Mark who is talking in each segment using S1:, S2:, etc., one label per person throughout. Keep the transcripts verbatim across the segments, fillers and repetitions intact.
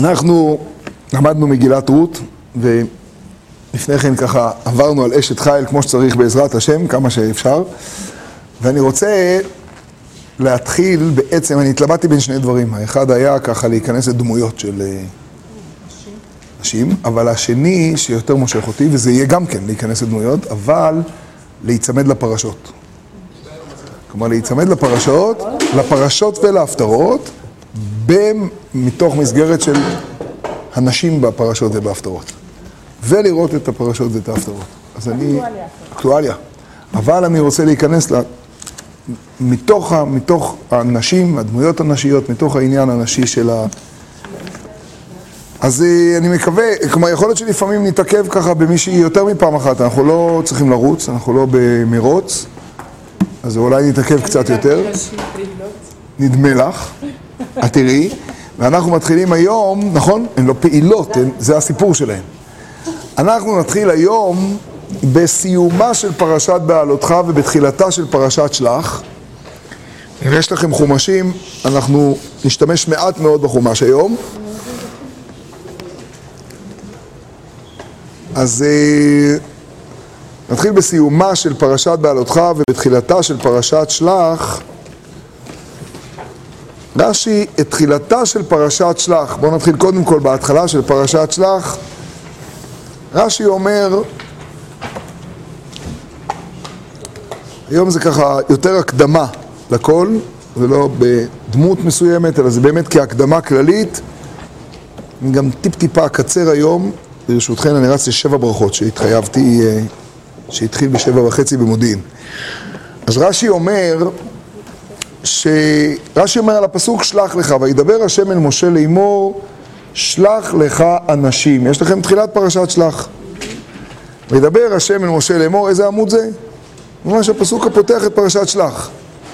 S1: אנחנו למדנו מגילת רות, ולפני כן ככה עברנו על אשת חיל כמו שצריך בעזרת השם, כמה שאפשר. ואני רוצה להתחיל בעצם, אני התלבטתי בין שני דברים. האחד היה ככה להיכנס לדמויות של נשים, אבל השני שיותר מושך אותי, וזה יהיה גם כן להיכנס לדמויות, אבל להיצמד לפרשות. כלומר, להיצמד לפרשות, לפרשות ולהפטרות, מתוך מסגרת של הנשים בפרשות ובהפטרות. ולראות את הפרשות ואת ההפטרות. אז אני... אקטואליה. אבל אני רוצה להיכנס ל... מתוך, ה... מתוך הנשים, הדמויות הנשיות, מתוך העניין הנשי של ה... אז אני מקווה, כלומר, יכול להיות שלפעמים נתעכב ככה במישהי יותר מפעם אחת. אנחנו לא צריכים לרוץ, אנחנו לא במרוץ. אז אולי נתעכב קצת יותר. נדמה לך. את תראי. ואנחנו מתחילים היום, נכון? הן לא פעילות, הן, זה הסיפור שלהן. אנחנו נתחיל היום בסיומה של פרשת בעלותך ובתחילתה של פרשת שלח. אם יש לכם חומשים, אנחנו נשתמש מעט מאוד בחומש היום. אז נתחיל בסיומה של פרשת בעלותך ובתחילתה של פרשת שלח. רש"י, את תחילתה של פרשת שלח, בואו נתחיל קודם כל בהתחלה של פרשת שלח. רש"י אומר, היום זה ככה יותר הקדמה לכל, ולא בדמות מסוימת, אלא זה באמת כהקדמה כללית. אני גם טיפ טיפה אקצר היום, ברשותכן אני רץ לשבע ברכות שהתחייבתי, שהתחיל בשבע וחצי במודיעין. אז רש"י אומר, שרש"י אומר על הפסוק שלח לך, וידבר השם אל משה לאמור, שלח לך אנשים. יש לכם תחילת פרשת שלח. וידבר השם אל משה לאמור, איזה עמוד זה? ממש הפסוק הפותח את פרשת שלח.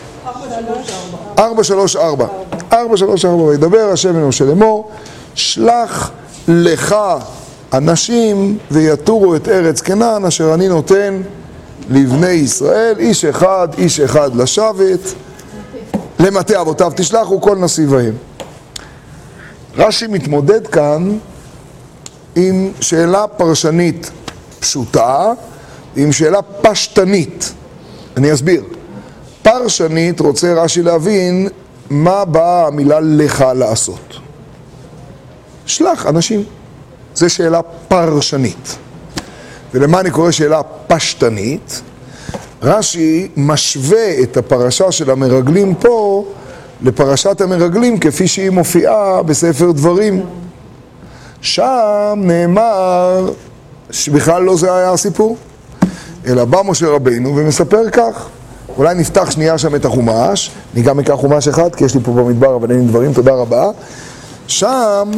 S1: ארבע שלוש ארבע. ארבע שלוש ארבע. וידבר השם אל משה לאמור, שלח לך אנשים ויתורו את ארץ כנען אשר אני נותן לבני ישראל, איש אחד, איש אחד לשבת. למטה אבותיו תשלחו כל נשיא בהם. רש"י מתמודד כאן עם שאלה פרשנית פשוטה, עם שאלה פשטנית. אני אסביר. פרשנית רוצה רש"י להבין מה באה המילה לך לעשות. שלח אנשים. זו שאלה פרשנית. ולמה אני קורא שאלה פשטנית? רש"י משווה את הפרשה של המרגלים פה לפרשת המרגלים כפי שהיא מופיעה בספר דברים. שם נאמר שבכלל לא זה היה הסיפור, אלא בא משה רבינו ומספר כך. אולי נפתח שנייה שם את החומש, אני גם אקח חומש אחד כי יש לי פה במדבר אבל אין לי דברים, תודה רבה. שם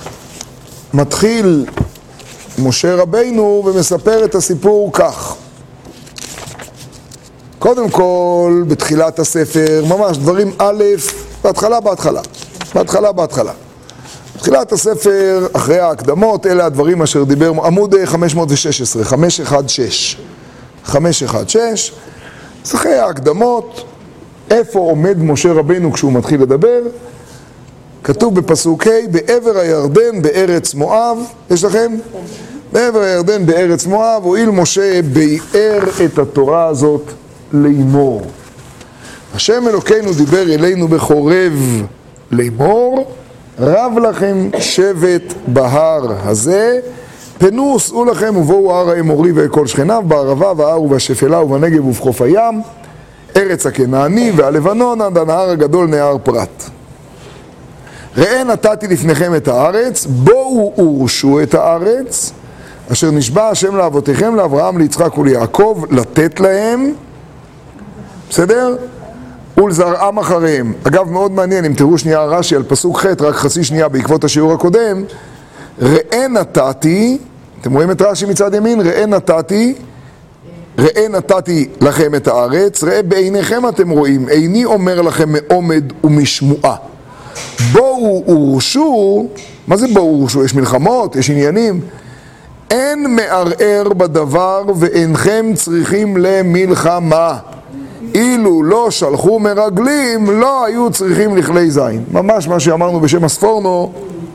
S1: מתחיל משה רבינו ומספר את הסיפור כך. קודם כל, בתחילת הספר, ממש דברים א', בהתחלה, בהתחלה. בהתחלה, בהתחלה. בתחילת הספר, אחרי ההקדמות, אלה הדברים אשר דיבר, עמוד חמש מאות ושש עשרה, חמש אחת שש. חמש אחת שש. אז אחרי ההקדמות, איפה עומד משה רבינו כשהוא מתחיל לדבר? כתוב בפסוק ה' בעבר הירדן בארץ מואב, יש לכם? בעבר הירדן בארץ מואב, הואיל משה ביאר את התורה הזאת לאמור. השם אלוקינו דיבר אלינו בחורב לאמור, רב לכם שבט בהר הזה, פנו סעו לכם ובואו הר האמורי וכל שכניו, בערבה וההר ובשפלה ובנגב ובחוף הים, ארץ הכנעני והלבנון עד הנהר הגדול נהר פרת. ראה נתתי לפניכם את הארץ, בואו ורשו את הארץ, אשר נשבע השם לאבותיכם, לאברהם, ליצחק וליעקב, לתת להם, בסדר? ולזרעם אחריהם. אגב, מאוד מעניין, אם תראו שנייה רש"י על פסוק ח', רק חצי שנייה בעקבות השיעור הקודם, ראה נתתי, אתם רואים את רש"י מצד ימין? ראה נתתי, ראה נתתי לכם את הארץ, ראה בעיניכם אתם רואים, איני אומר לכם מעומד ומשמועה. בואו ורשו, מה זה בואו ורשו? יש מלחמות, יש עניינים. אין מערער בדבר ואינכם צריכים למלחמה. אילו לא שלחו מרגלים, לא היו צריכים לכלי זין. ממש מה שאמרנו בשם הספורנו,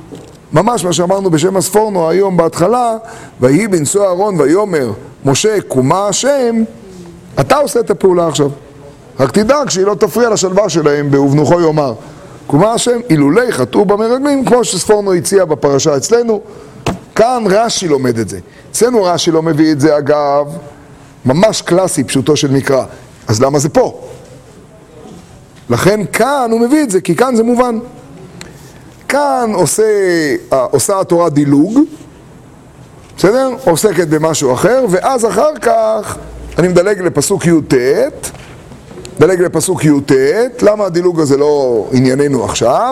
S1: ממש מה שאמרנו בשם הספורנו היום בהתחלה, ויהי בנשוא אהרון ויאמר משה קומה השם, אתה עושה את הפעולה עכשיו. רק תדאג שהיא לא תפריע לשלווה שלהם ובנוחו יאמר. קומה השם, אילולי חטאו במרגלים, כמו שספורנו הציע בפרשה אצלנו. כאן רש"י לומד את זה. אצלנו רש"י לא מביא את זה אגב, ממש קלאסי, פשוטו של מקרא. אז למה זה פה? לכן כאן הוא מביא את זה, כי כאן זה מובן. כאן עושה, עושה התורה דילוג, בסדר? עוסקת במשהו אחר, ואז אחר כך אני מדלג לפסוק י"ט, מדלג לפסוק י"ט, למה הדילוג הזה לא ענייננו עכשיו?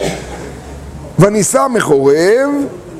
S1: וניסה מחורב,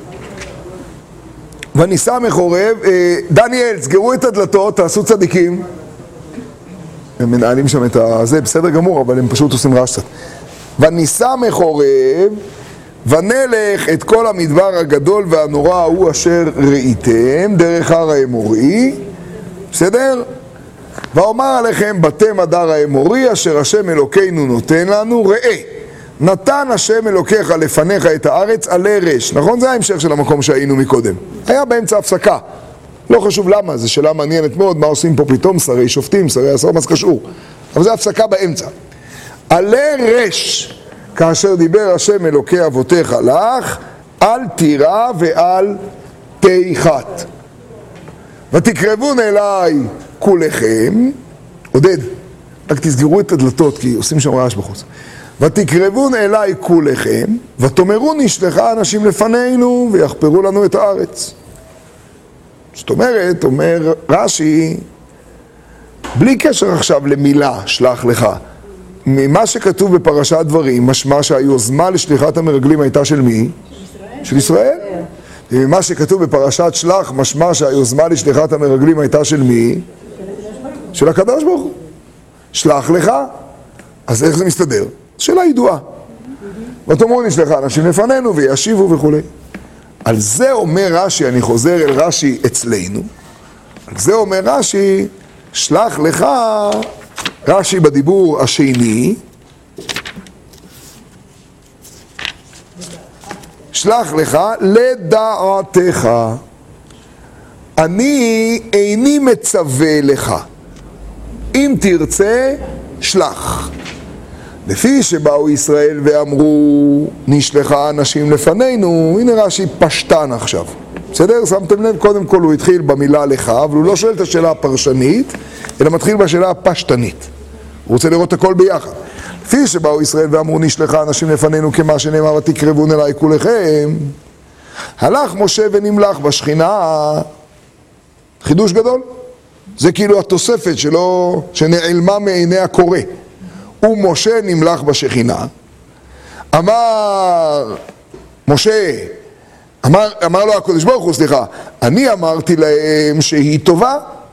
S1: וניסה מחורב, דניאל, סגרו את הדלתות, תעשו צדיקים. הם מנהלים שם את זה, בסדר גמור, אבל הם פשוט עושים רעש קצת. וניסה מחורב, ונלך את כל המדבר הגדול והנורא ההוא אשר ראיתם, דרך הר האמורי, בסדר? ואומר עליכם בתם הדר האמורי, אשר השם אלוקינו נותן לנו, ראה, נתן השם אלוקיך לפניך את הארץ עלי רש. נכון? זה ההמשך של המקום שהיינו מקודם. היה באמצע הפסקה. לא חשוב למה, זו שאלה מעניינת מאוד, מה עושים פה פתאום שרי שופטים, שרי עשר, מה זה קשור. אבל זה הפסקה באמצע. עלי רש, כאשר דיבר השם אלוקי אבותיך לך, אל תירא ואל תיחת. ותקרבון אליי כולכם, עודד, רק תסגרו את הדלתות, כי עושים שם רעש בחוץ. ותקרבון אליי כולכם, ותאמרו נשלחה אנשים לפנינו, ויחפרו לנו את הארץ. זאת אומרת, אומר רש"י, בלי קשר עכשיו למילה, שלח לך, ממה שכתוב בפרשת דברים, משמע שהיוזמה לשליחת המרגלים הייתה של מי? של ישראל. וממה שכתוב בפרשת שלח, משמע שהיוזמה לשליחת המרגלים הייתה של מי? של הקדוש ברוך הוא. שלח לך, אז איך זה מסתדר? שאלה ידועה. ותאמרו נשלחה אנשים לפנינו וישיבו וכו'. על זה אומר רש"י, אני חוזר אל רש"י אצלנו, על זה אומר רש"י, שלח לך, רש"י בדיבור השני, שלח לך לדעתך, אני איני מצווה לך, אם תרצה שלח. לפי שבאו ישראל ואמרו נשלחה אנשים לפנינו, הנה רש"י פשטן עכשיו, בסדר? שמתם לב? קודם כל הוא התחיל במילה לך, אבל הוא לא שואל את השאלה הפרשנית, אלא מתחיל בשאלה הפשטנית. הוא רוצה לראות הכל ביחד. לפי שבאו ישראל ואמרו נשלחה אנשים לפנינו, כמה שנאמר ותקרבון אליי כולכם, הלך משה ונמלך בשכינה. חידוש גדול. זה כאילו התוספת שלו, שנעלמה מעיני הקורא. ומשה נמלך בשכינה. אמר משה, אמר, אמר לו הקדוש ברוך הוא, סליחה, אני אמרתי להם שהיא טובה,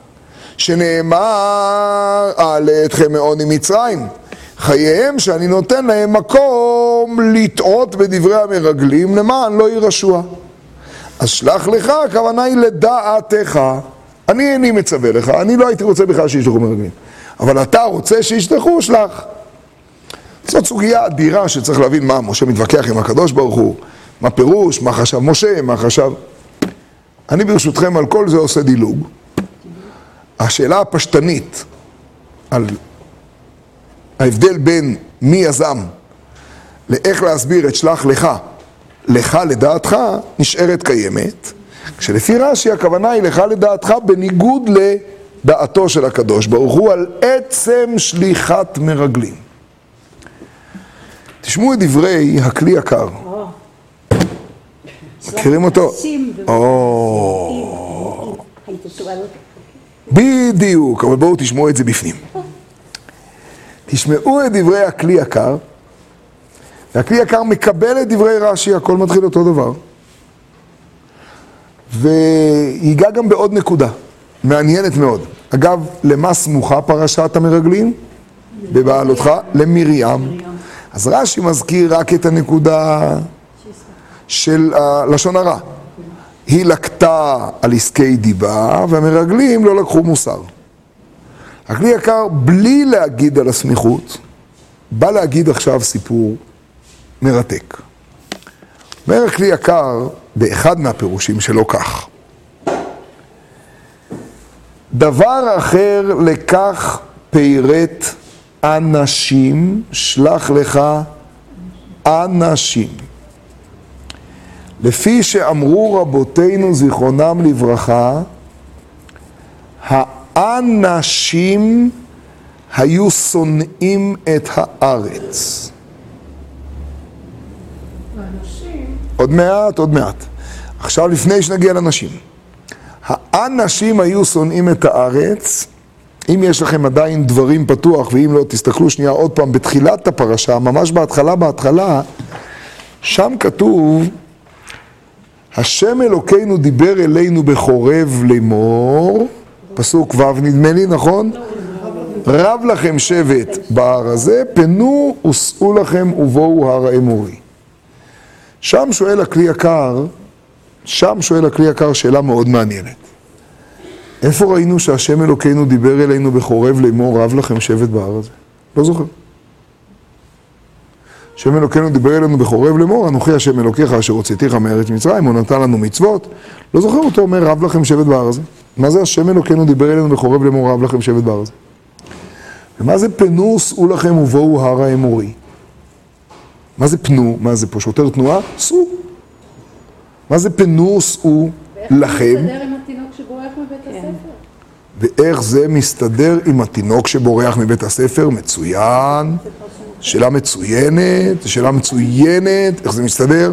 S1: שנאמר אעלה אתכם מעוני מצרים, חייהם שאני נותן להם מקום לטעות בדברי המרגלים למען לא ירשוע. אז שלח לך, הכוונה היא לדעתך. אני איני מצווה לך, אני לא הייתי רוצה בכלל שישלחו מרגלים, אבל אתה רוצה שישלחו, שלח. זאת סוגיה אדירה שצריך להבין מה משה מתווכח עם הקדוש ברוך הוא, מה פירוש, מה חשב משה, מה חשב. אני ברשותכם על כל זה עושה דילוג. השאלה הפשטנית על ההבדל בין מי יזם לאיך להסביר את שלח לך, לך לדעתך, נשארת קיימת, כשלפי רש"י הכוונה היא לך לדעתך בניגוד לדעתו של הקדוש ברוך הוא על עצם שליחת מרגלים. תשמעו את דברי הכלי יקר. מכירים אותו? או. בדיוק, אבל בואו תשמעו את זה בפנים. תשמעו את דברי הכלי יקר, והכלי יקר מקבל את דברי רש"י, הכל מתחיל אותו דבר. ויגע גם בעוד נקודה, מעניינת מאוד. אגב, למה סמוכה פרשת המרגלים? בבעלותך? למרים. אז רש"י מזכיר רק את הנקודה של לשון הרע. היא לקטה על עסקי דיבה, והמרגלים לא לקחו מוסר. הכלי יקר, בלי להגיד על הסמיכות, בא להגיד עכשיו סיפור מרתק. אומר הכלי יקר באחד מהפירושים שלו כך. דבר אחר לקח פירט אנשים, שלח לך אנשים. לפי שאמרו רבותינו זיכרונם לברכה, האנשים היו שונאים את הארץ.
S2: האנשים?
S1: עוד מעט, עוד מעט. עכשיו לפני שנגיע לנשים. האנשים היו שונאים את הארץ. אם יש לכם עדיין דברים פתוח, ואם לא, תסתכלו שנייה עוד פעם בתחילת הפרשה, ממש בהתחלה, בהתחלה, שם כתוב, השם אלוקינו דיבר אלינו בחורב לאמור, פסוק ו' נדמה לי, נכון? רב לכם שבט בהר הזה, פנו וסעו לכם ובואו הר האמורי. שם שואל הכלי יקר, שם שואל הכלי יקר שאלה מאוד מעניינת. איפה ראינו שהשם אלוקינו דיבר אלינו בחורב לאמור רב לכם שבט בהר הזה? לא זוכר. השם אלוקינו דיבר אלינו בחורב לאמור, אנוכי השם אלוקיך אשר הוצאתיך מארץ מצרים, הוא נתן לנו מצוות. לא זוכר אותו אומר רב לכם שבט בהר הזה. מה זה השם אלוקינו דיבר אלינו בחורב לאמור רב לכם שבט בהר הזה? ומה זה פנו סעו לכם ובואו הר האמורי? מה זה פנו? מה זה פה? שוטר תנועה? סעו. מה זה פנו סעו לכם?
S2: ואיך זה מסתדר עם התינוק שבורח מבית הספר?
S1: ואיך זה מסתדר עם התינוק שבורח מבית הספר? מצוין. שאלה מצוינת, שאלה מצוינת, איך זה מסתדר?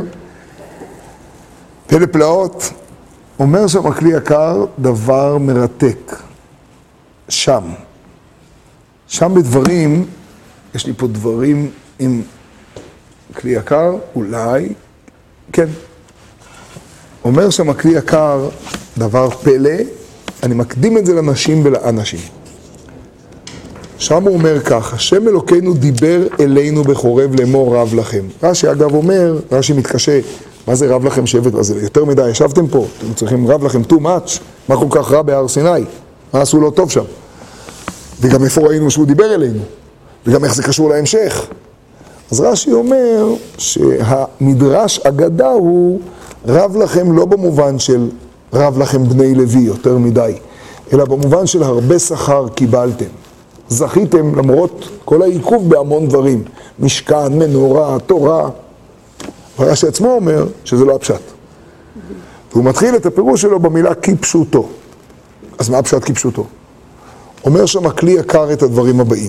S1: פלא פלאות. אומר שם הכלי יקר דבר מרתק. שם. שם בדברים, יש לי פה דברים עם כלי יקר, אולי, כן. אומר שם הכלי יקר דבר פלא, אני מקדים את זה לנשים ולאנשים. שם הוא אומר כך, השם אלוקינו דיבר אלינו בחורב לאמור רב לכם. רש"י אגב אומר, רש"י מתקשה, מה זה רב לכם שבט? אז יותר מדי, ישבתם פה, אתם צריכים רב לכם too much, מה כל כך רע בהר סיני? מה עשו לו טוב שם? וגם איפה ראינו שהוא דיבר אלינו? וגם איך זה קשור להמשך? אז רש"י אומר שהמדרש אגדה הוא רב לכם לא במובן של רב לכם בני לוי יותר מדי, אלא במובן של הרבה שכר קיבלתם. זכיתם למרות כל העיכוב בהמון דברים, משכן, מנורה, תורה. רש"י עצמו אומר שזה לא הפשט. והוא מתחיל את הפירוש שלו במילה כפשוטו. אז מה הפשט כפשוטו? אומר שם הכלי יקר את הדברים הבאים.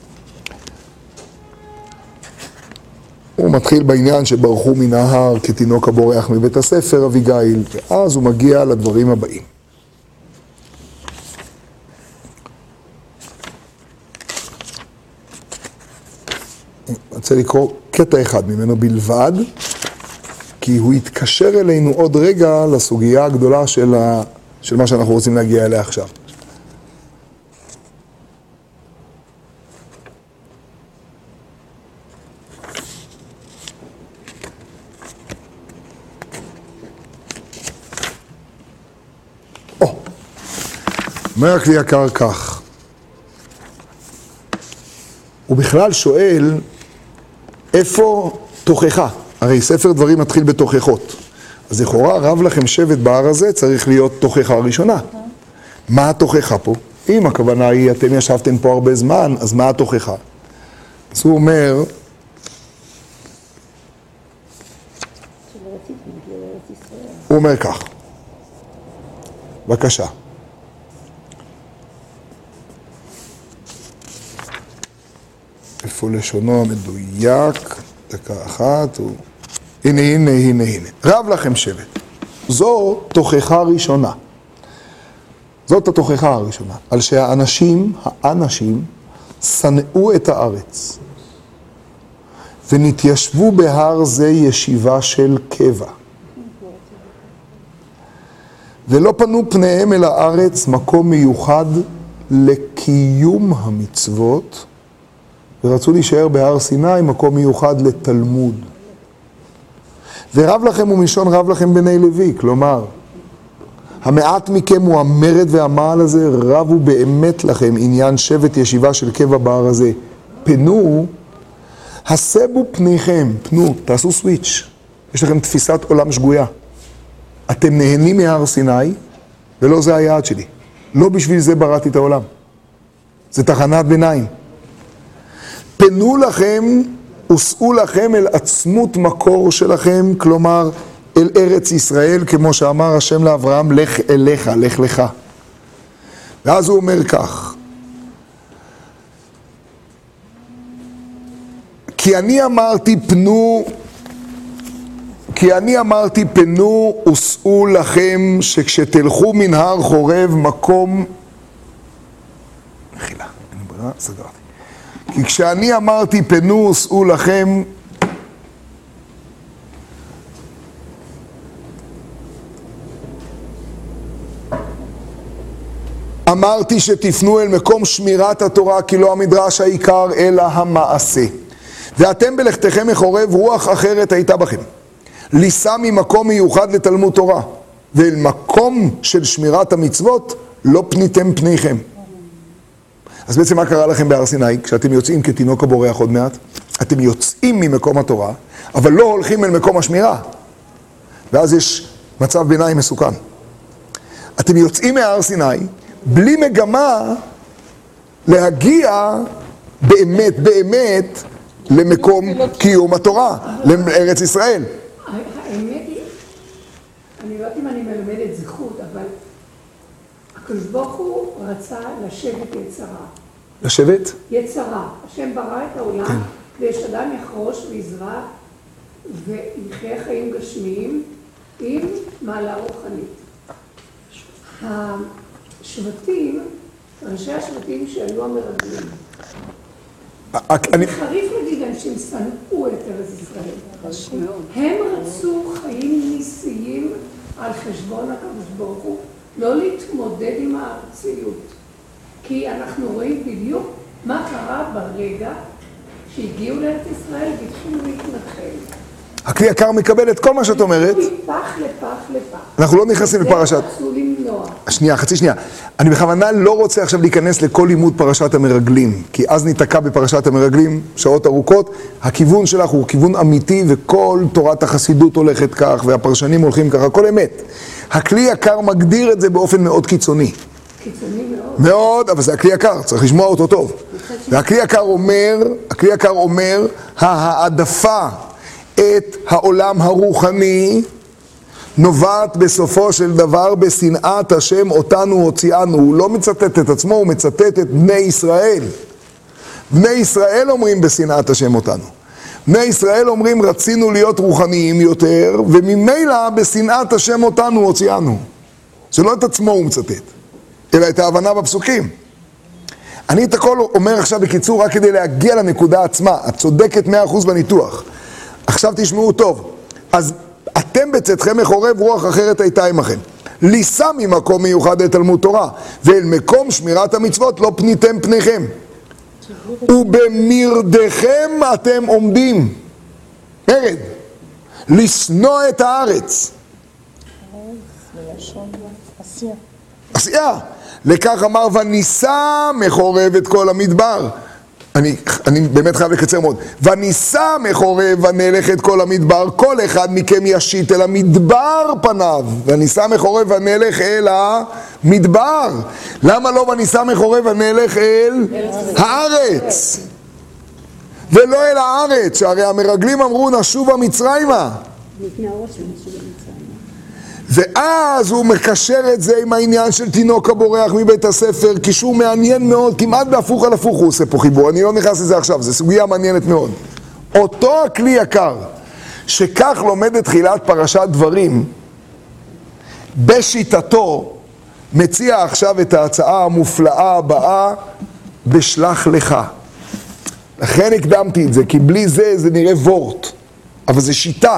S1: הוא מתחיל בעניין שברחו מן ההר כתינוק הבורח מבית הספר אביגיל, ואז הוא מגיע לדברים הבאים. אני רוצה לקרוא קטע אחד ממנו בלבד, כי הוא יתקשר אלינו עוד רגע לסוגיה הגדולה של, ה... של מה שאנחנו רוצים להגיע אליה עכשיו. אומר הכלי יקר כך, הוא בכלל שואל איפה תוכחה? הרי ספר דברים מתחיל בתוכחות. אז לכאורה רב לכם שבט בהר הזה צריך להיות תוכחה ראשונה. מה התוכחה פה? אם הכוונה היא אתם ישבתם פה הרבה זמן, אז מה התוכחה? אז הוא אומר, הוא אומר כך, בבקשה. איפה לשונו המדויק, דקה אחת, הוא... הנה, הנה, הנה, הנה. רב לכם שבט. זו תוכחה ראשונה. זאת התוכחה הראשונה. על שהאנשים, האנשים, שנאו את הארץ. ונתיישבו בהר זה ישיבה של קבע. ולא פנו פניהם אל הארץ מקום מיוחד לקיום המצוות, ורצו להישאר בהר סיני מקום מיוחד לתלמוד. ורב לכם הוא מלשון רב לכם בני לוי, כלומר, המעט מכם הוא המרד והמעל הזה, רבו באמת לכם עניין שבט ישיבה של קבע בהר הזה. פנו, הסבו פניכם, פנו, תעשו סוויץ', יש לכם תפיסת עולם שגויה. אתם נהנים מהר סיני, ולא זה היעד שלי. לא בשביל זה בראתי את העולם. זה תחנת ביניים. פנו לכם, וסעו לכם אל עצמות מקור שלכם, כלומר, אל ארץ ישראל, כמו שאמר השם לאברהם, לך אליך, לך לך. ואז הוא אומר כך, כי אני אמרתי פנו, כי אני אמרתי פנו וסעו לכם, שכשתלכו מן הר חורב מקום, מחילה, אין ברירה, סגרתי. כי כשאני אמרתי פנו וסעו לכם, אמרתי שתפנו אל מקום שמירת התורה, כי לא המדרש העיקר אלא המעשה. ואתם בלכתכם מחורב רוח אחרת הייתה בכם. ליסה ממקום מיוחד לתלמוד תורה, ואל מקום של שמירת המצוות לא פניתם פניכם. אז בעצם מה קרה לכם בהר סיני? כשאתם יוצאים כתינוק הבורח עוד מעט, אתם יוצאים ממקום התורה, אבל לא הולכים אל מקום השמירה. ואז יש מצב ביניים מסוכן. אתם יוצאים מהר סיני, בלי מגמה להגיע באמת, באמת, למקום קיום התורה, לארץ ישראל.
S2: האמת היא, אני לא יודעת אם אני מלמדת זכות, אבל הקדוש ברוך הוא רצה לשבת יצרה.
S1: לשבת?
S2: יצרה. השם ברא את העולם, כדי שאדם יחרוש ויזרע ויחיה חיים גשמיים עם מעלה רוחנית. השבטים, ראשי השבטים שהיו המרגלים, זה חריף להגיד להם שהם שנאו את ארץ ישראל. הם רצו חיים ניסיים על חשבון הקדוש ברוך הוא, לא להתמודד עם הארציות. כי אנחנו רואים בדיוק מה קרה ברגע שהגיעו לארץ ישראל והתחילו להתנחל.
S1: הכלי יקר מקבל את כל מה שאת אומרת.
S2: מפח לפח לפח.
S1: אנחנו לא נכנסים לפרשת.
S2: זה רצו למנוע.
S1: שנייה, חצי שנייה. אני בכוונה לא רוצה עכשיו להיכנס לכל לימוד פרשת המרגלים, כי אז ניתקע בפרשת המרגלים שעות ארוכות. הכיוון שלך הוא כיוון אמיתי, וכל תורת החסידות הולכת כך, והפרשנים הולכים ככה, הכל אמת. הכלי יקר מגדיר את זה באופן מאוד קיצוני.
S2: קיצוני מאוד.
S1: מאוד, אבל זה הכלי יקר, צריך לשמוע אותו טוב. והכלי יקר אומר, הכלי יקר אומר, העדפה את העולם הרוחני נובעת בסופו של דבר בשנאת השם אותנו הוציאנו. הוא לא מצטט את עצמו, הוא מצטט את בני ישראל. בני ישראל אומרים בשנאת השם אותנו. בני ישראל אומרים רצינו להיות רוחניים יותר, וממילא בשנאת השם אותנו הוציאנו. זה לא את עצמו הוא מצטט, אלא את ההבנה בפסוקים. אני את הכל אומר עכשיו בקיצור רק כדי להגיע לנקודה עצמה. את צודקת מאה אחוז בניתוח. עכשיו תשמעו טוב. אז אתם בצאתכם מחורב רוח אחרת הייתה עמכם. ליסה ממקום מיוחד לתלמוד תורה, ואל מקום שמירת המצוות לא פניתם פניכם. ובמרדכם אתם עומדים. מרד. לשנוא את הארץ. עשייה. לכך אמר וניסה מחורב את כל המדבר. אני, אני באמת חייב לקצר מאוד. וניסה מחורב ונלך את כל המדבר, כל אחד מכם ישית אל המדבר פניו. וניסה מחורב ונלך אל המדבר. למה לא וניסה מחורב ונלך אל הארץ? ולא אל הארץ, שהרי המרגלים אמרו נשובה מצרימה. ואז הוא מקשר את זה עם העניין של תינוק הבורח מבית הספר, קישור מעניין מאוד, כמעט בהפוך על הפוך הוא עושה פה חיבור, אני לא נכנס לזה עכשיו, זו סוגיה מעניינת מאוד. אותו הכלי יקר, שכך לומד את תחילת פרשת דברים, בשיטתו, מציע עכשיו את ההצעה המופלאה הבאה, בשלח לך. לכן הקדמתי את זה, כי בלי זה זה נראה וורט, אבל זה שיטה.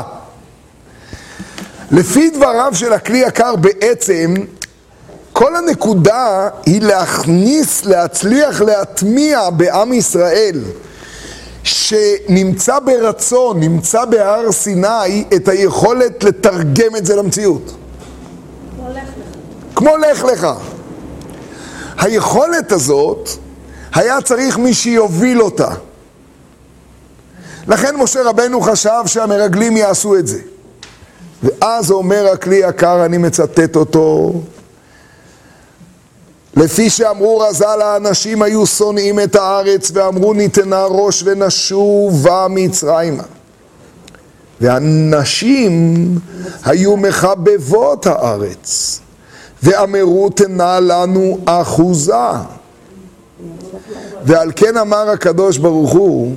S1: לפי דבריו של הכלי יקר בעצם, כל הנקודה היא להכניס, להצליח להטמיע בעם ישראל, שנמצא ברצון, נמצא בהר סיני, את היכולת לתרגם את זה למציאות.
S2: כמו לך לך.
S1: כמו לך לך. היכולת הזאת, היה צריך מי שיוביל אותה. לכן משה רבנו חשב שהמרגלים יעשו את זה. ואז אומר הכלי יקר, אני מצטט אותו, לפי שאמרו רז"ל, האנשים היו שונאים את הארץ ואמרו ניתנה ראש ונשובה מצרימה. והנשים היו מחבבות הארץ ואמרו תנה לנו אחוזה. ועל כן אמר הקדוש ברוך הוא,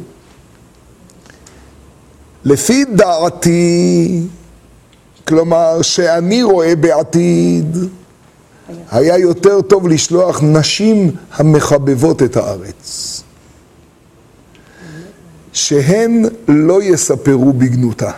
S1: לפי דעתי, כלומר שאני רואה בעתיד, היה יותר טוב לשלוח נשים המחבבות את הארץ, שהן לא יספרו בגנותה.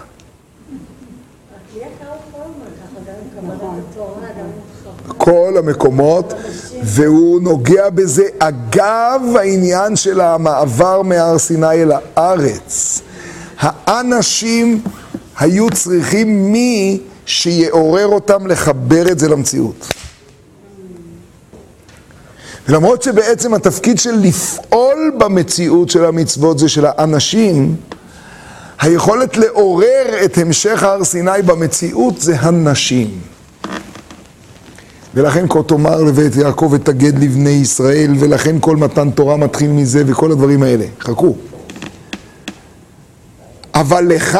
S1: כל המקומות, והוא נוגע בזה אגב העניין של המעבר מהר סיני אל הארץ. האנשים היו צריכים מי שיעורר אותם לחבר את זה למציאות. ולמרות שבעצם התפקיד של לפעול במציאות של המצוות זה של האנשים, היכולת לעורר את המשך הר סיני במציאות זה הנשים. ולכן כה תאמר לבית יעקב ותגד לבני ישראל, ולכן כל מתן תורה מתחיל מזה וכל הדברים האלה. חכו. אבל לך,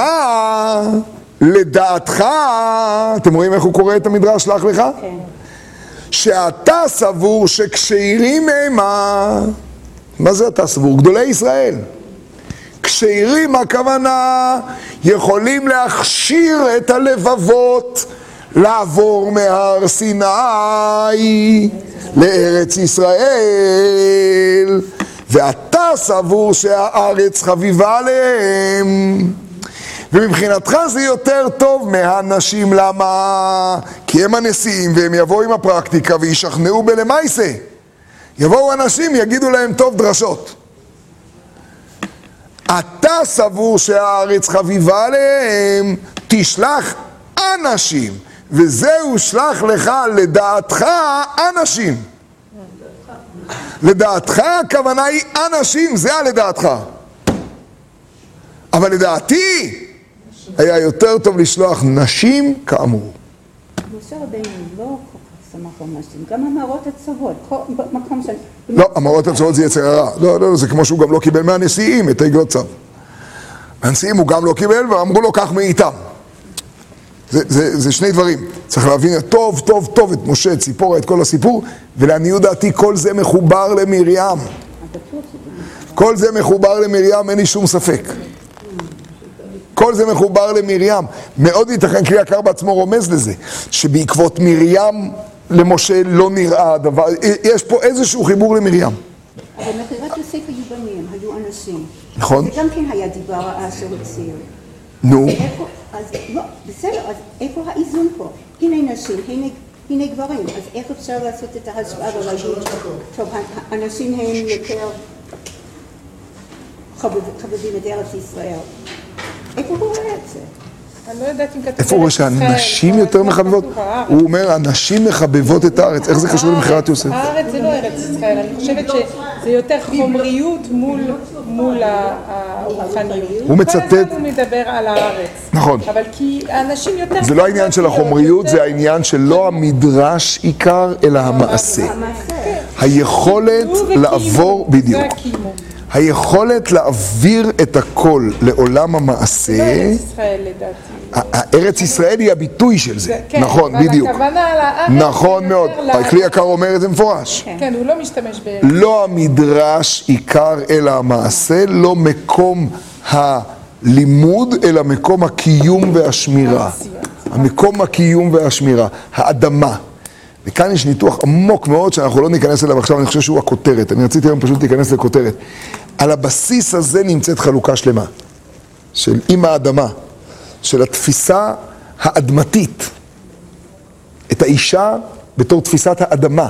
S1: לדעתך, אתם רואים איך הוא קורא את המדרש שלח לך? כן. שאתה סבור שכשירים המה, מה זה אתה סבור? גדולי ישראל. כשירים הכוונה יכולים להכשיר את הלבבות לעבור מהר סיני לארץ ישראל, ואתה סבור שהארץ חביבה עליהם, ומבחינתך זה יותר טוב מהנשים. למה? כי הם הנשיאים והם יבואו עם הפרקטיקה וישכנעו בלמייסה. יבואו אנשים יגידו להם טוב דרשות. אתה סבור שהארץ חביבה עליהם, תשלח אנשים, וזהו שלח לך לדעתך אנשים. לדעתך הכוונה היא אנשים, זה הלדעתך. אבל לדעתי היה יותר טוב לשלוח נשים כאמור.
S3: משה רבינו לא כל כך שמח על נשים, גם המערות הצוות, מקום של...
S1: לא, המערות הצוות זה יצר הרע. לא, לא, זה כמו שהוא גם לא קיבל מהנשיאים את העגלות צו. מהנשיאים הוא גם לא קיבל ואמרו לו כך מאיתם. זה, זה, זה שני דברים. צריך להבין טוב, טוב, טוב את משה, את ציפורה, את כל הסיפור, ולעניות דעתי כל זה מחובר למרים. כל זה מחובר למרים, אין לי שום ספק. כל זה מחובר למרים. מאוד ייתכן, כלי יקר בעצמו רומז לזה, שבעקבות מרים למשה לא נראה דבר, יש פה איזשהו חיבור למרים.
S3: אבל מכירת יוסף היו בנים, היו אנשים.
S1: נכון.
S3: זה גם כן היה דיבר האשר הציר.
S1: נו.
S3: אז לא, בסדר, אז איפה האיזון פה? הנה נשים, הנה, הנה גברים, אז איך אפשר לעשות את ההשוואה ולהגיד, טוב, האנשים הם יותר חבבים את ארץ ישראל. איפה הוא רואה את זה?
S4: אני לא יודעת אם כתוב...
S1: איפה הוא רואה שהנשים יותר מחבבות? הוא אומר, הנשים מחבבות את הארץ. איך זה קשור למכירת יוסף?
S4: הארץ זה לא ארץ ישראל, אני חושבת שזה יותר חומריות מול הרוחניות.
S1: הוא מצטט...
S4: כל הזמן הוא מדבר על הארץ.
S1: נכון.
S4: אבל כי האנשים יותר...
S1: זה לא העניין של החומריות, זה העניין שלא המדרש עיקר, אלא המעשה. היכולת לעבור... בדיוק. היכולת להעביר את הכל לעולם המעשה,
S4: זה לא ארץ ישראל לדעתי.
S1: הארץ ישראל היא הביטוי של זה, נכון, בדיוק.
S4: אבל הכוונה על הארץ...
S1: נכון מאוד, הכלי יקר אומר את זה מפורש.
S4: כן, הוא לא משתמש בארץ.
S1: לא המדרש עיקר אלא המעשה, לא מקום הלימוד אלא מקום הקיום והשמירה. המקום הקיום והשמירה, האדמה. וכאן יש ניתוח עמוק מאוד שאנחנו לא ניכנס אליו עכשיו, אני חושב שהוא הכותרת. אני רציתי היום פשוט להיכנס לכותרת. על הבסיס הזה נמצאת חלוקה שלמה, של עם האדמה, של התפיסה האדמתית, את האישה בתור תפיסת האדמה.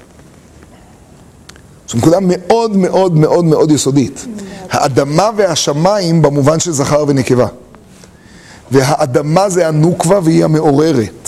S1: זו נקודה מאוד מאוד מאוד מאוד יסודית. האדמה והשמיים במובן של זכר ונקבה. והאדמה זה הנוקבה והיא המעוררת.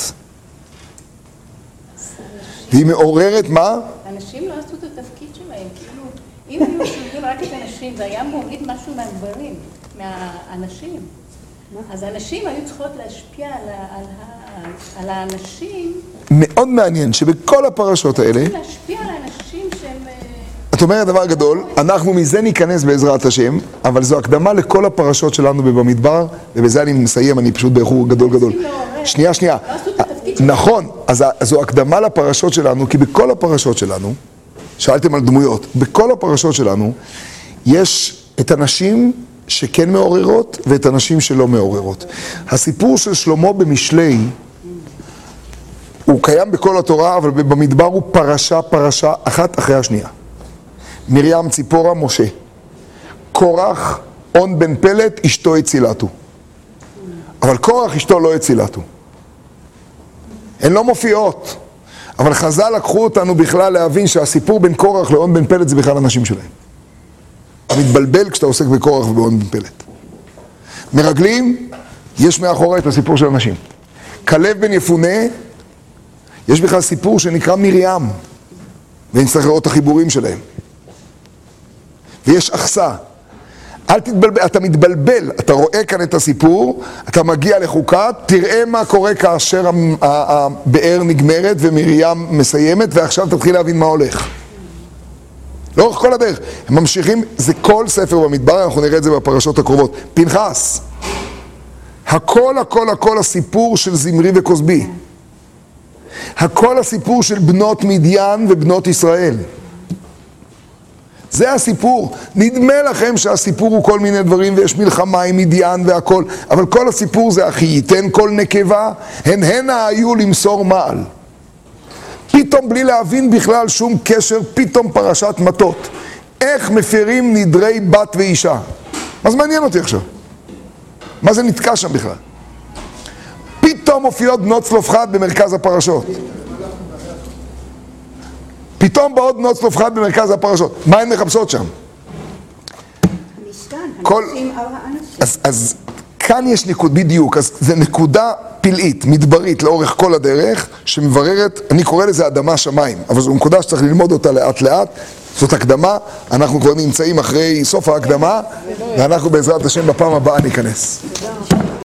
S1: והיא מעוררת מה?
S5: אנשים לא עשו את התפקיד שלהם, כאילו, אם היו שולחים רק את הנשים, זה היה מוריד משהו מהגברים, מהאנשים. אז הנשים היו צריכות להשפיע על, ה, על, ה, על האנשים.
S1: מאוד מעניין שבכל הפרשות האלה,
S5: להשפיע על האנשים שהם...
S1: את אומרת דבר גדול, אנחנו מזה ניכנס בעזרת השם, אבל זו הקדמה לכל הפרשות שלנו במדבר, ובזה אני מסיים, אני פשוט באיחור גדול גדול. שנייה, שנייה. נכון, אז זו הקדמה לפרשות שלנו, כי בכל הפרשות שלנו, שאלתם על דמויות, בכל הפרשות שלנו, יש את הנשים שכן מעוררות, ואת הנשים שלא מעוררות. הסיפור של שלמה במשלי, הוא קיים בכל התורה, אבל במדבר הוא פרשה פרשה אחת אחרי השנייה. מרים, ציפורה, משה. קורח, און בן פלט, אשתו הצילתו. אבל קורח אשתו לא הצילתו. הן לא מופיעות. אבל חז"ל לקחו אותנו בכלל להבין שהסיפור בין קורח לאון בן פלט זה בכלל אנשים שלהם. אתה מתבלבל כשאתה עוסק בקורח ובאון בן פלט. מרגלים, יש מאחורי את הסיפור של אנשים. כלב בן יפונה, יש בכלל סיפור שנקרא מרים. ונצטרך לראות את החיבורים שלהם. ויש אכסה. אל תתבלבל, אתה מתבלבל, אתה רואה כאן את הסיפור, אתה מגיע לחוקה, תראה מה קורה כאשר הבאר נגמרת ומרים מסיימת, ועכשיו תתחיל להבין מה הולך. לאורך כל הדרך, הם ממשיכים, זה כל ספר במדבר, אנחנו נראה את זה בפרשות הקרובות. פנחס, הכל הכל הכל הסיפור של זמרי וכוסבי. הכל הסיפור של בנות מדיין ובנות ישראל. זה הסיפור. נדמה לכם שהסיפור הוא כל מיני דברים ויש מלחמה עם מדיין והכל, אבל כל הסיפור זה אחי ייתן כל נקבה, הן הנה היו למסור מעל. פתאום בלי להבין בכלל שום קשר, פתאום פרשת מטות. איך מפרים נדרי בת ואישה? מה זה מעניין אותי עכשיו? מה זה נתקע שם בכלל? פתאום מופיעות בנות צלופחד במרכז הפרשות. פתאום באות בנות צלופחד במרכז הפרשות. מה הן מחפשות שם?
S3: המשכן,
S1: כל...
S3: הנשים על האנשים.
S1: אז, אז כאן יש נקוד, בדיוק, אז זה נקודה פלאית, מדברית לאורך כל הדרך, שמבררת, אני קורא לזה אדמה שמיים, אבל זו נקודה שצריך ללמוד אותה לאט לאט, זאת הקדמה, אנחנו כבר נמצאים אחרי סוף ההקדמה, ואנחנו בעזרת השם בפעם הבאה ניכנס.